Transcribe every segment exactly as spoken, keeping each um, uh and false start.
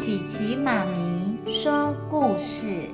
琪琪妈咪说故事。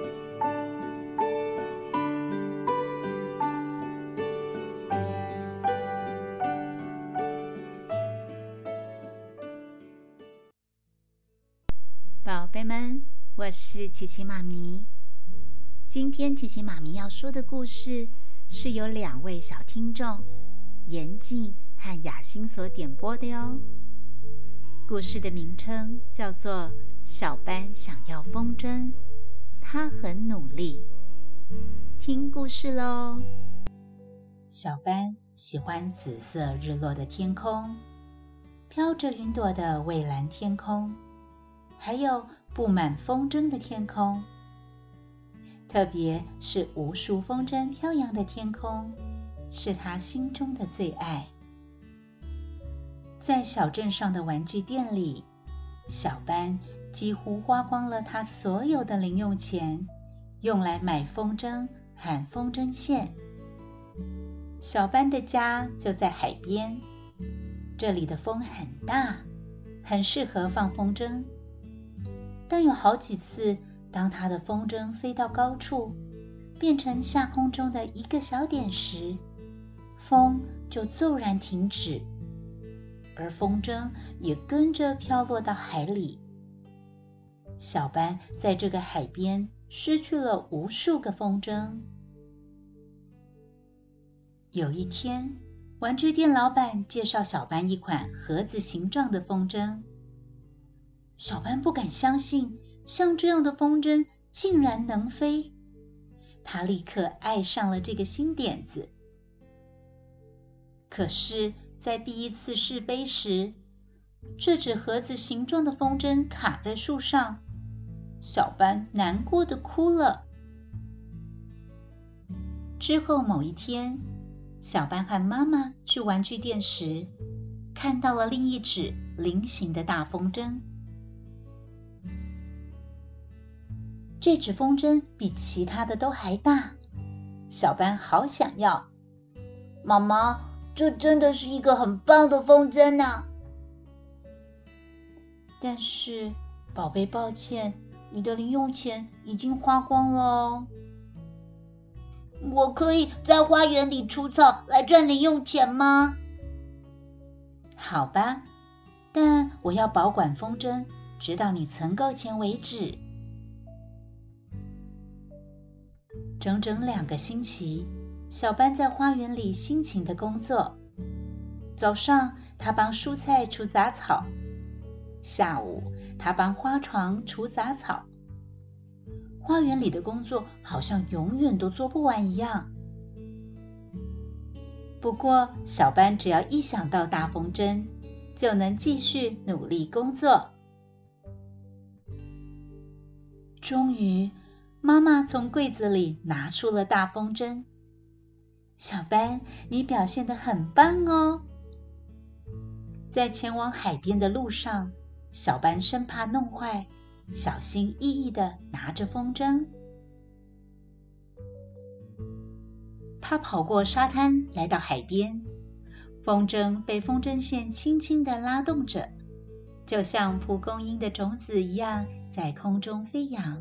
宝贝们，我是琪琪妈咪。今天琪琪妈咪要说的故事是由两位小听众严静和雅欣所点播的哟。故事的名称叫做小班想要风筝，他很努力。听故事咯。小班喜欢紫色日落的天空，飘着云朵的蔚蓝天空，还有布满风筝的天空，特别是无数风筝飘扬的天空，是他心中的最爱。在小镇上的玩具店里，小班几乎花光了他所有的零用钱，用来买风筝和风筝线。小班的家就在海边，这里的风很大，很适合放风筝。但有好几次，当他的风筝飞到高处，变成下空中的一个小点时，风就骤然停止，而风筝也跟着飘落到海里。小班在这个海边失去了无数个风筝。有一天，玩具店老板介绍小班一款盒子形状的风筝。小班不敢相信，像这样的风筝竟然能飞。他立刻爱上了这个新点子。可是在第一次试飞时，这只盒子形状的风筝卡在树上，小班难过地哭了。之后某一天，小班和妈妈去玩具店时，看到了另一只菱形的大风筝。这只风筝比其他的都还大，小班好想要。 妈妈，这真的是一个很棒的风筝呢。 但是，宝贝，抱歉，你的零用钱已经花光了哦。 我可以在花园里除草来赚零用钱吗？ 好吧，但我要保管风筝，直到你存够钱为止。整整两个星期，小班在花园里辛勤地工作。早上，他帮蔬菜除杂草；下午，他帮花床除杂草。花园里的工作好像永远都做不完一样。不过，小班只要一想到大风筝，就能继续努力工作。终于，妈妈从柜子里拿出了大风筝。小班，你表现得很棒哦。在前往海边的路上，小班生怕弄坏，小心翼翼地拿着风筝。他跑过沙滩，来到海边，风筝被风筝线轻轻地拉动着，就像蒲公英的种子一样在空中飞扬。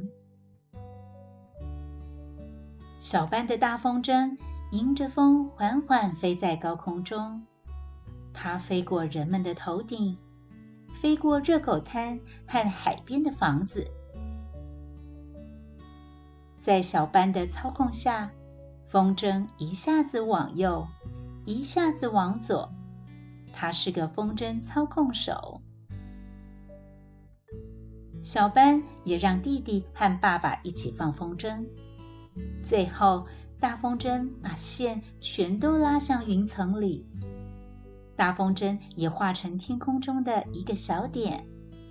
小班的大风筝迎着风缓缓飞在高空中，它飞过人们的头顶，飞过热狗摊和海边的房子。在小班的操控下，风筝一下子往右，一下子往左，他是个风筝操控手。小班也让弟弟和爸爸一起放风筝。最后，大风筝把线全都拉向云层里，大风筝也化成天空中的一个小点。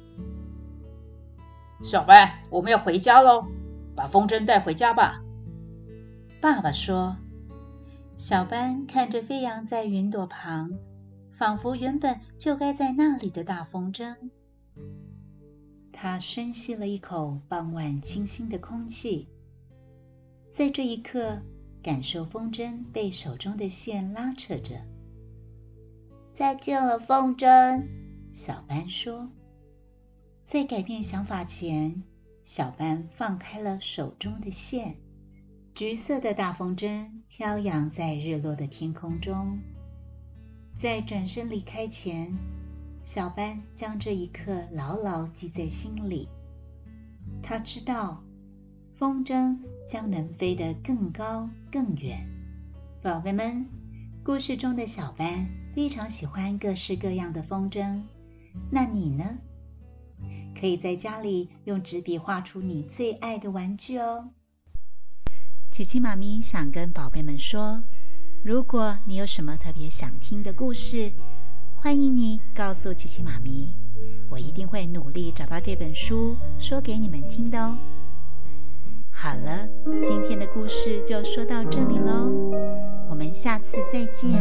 小班，我们要回家咯，把风筝带回家吧。 爸爸说。小班看着飞扬在云朵旁，仿佛原本就该在那里的大风筝。他深吸了一口傍晚清新的空气，在这一刻，感受风筝被手中的线拉扯着。 再见了，风筝， 小班说。 在改变想法前，小班放开了手中的线，橘色的大风筝飘扬在日落的天空中。在转身离开前，小班将这一刻牢牢记在心里。他知道，风筝将能飞得更高更远。宝贝们，故事中的小班非常喜欢各式各样的风筝，那你呢？可以在家里用纸笔画出你最爱的玩具哦。琪琪妈咪想跟宝贝们说，如果你有什么特别想听的故事，欢迎你告诉琪琪妈咪，我一定会努力找到这本书说给你们听的哦。好了，今天的故事就说到这里咯，我们下次再见。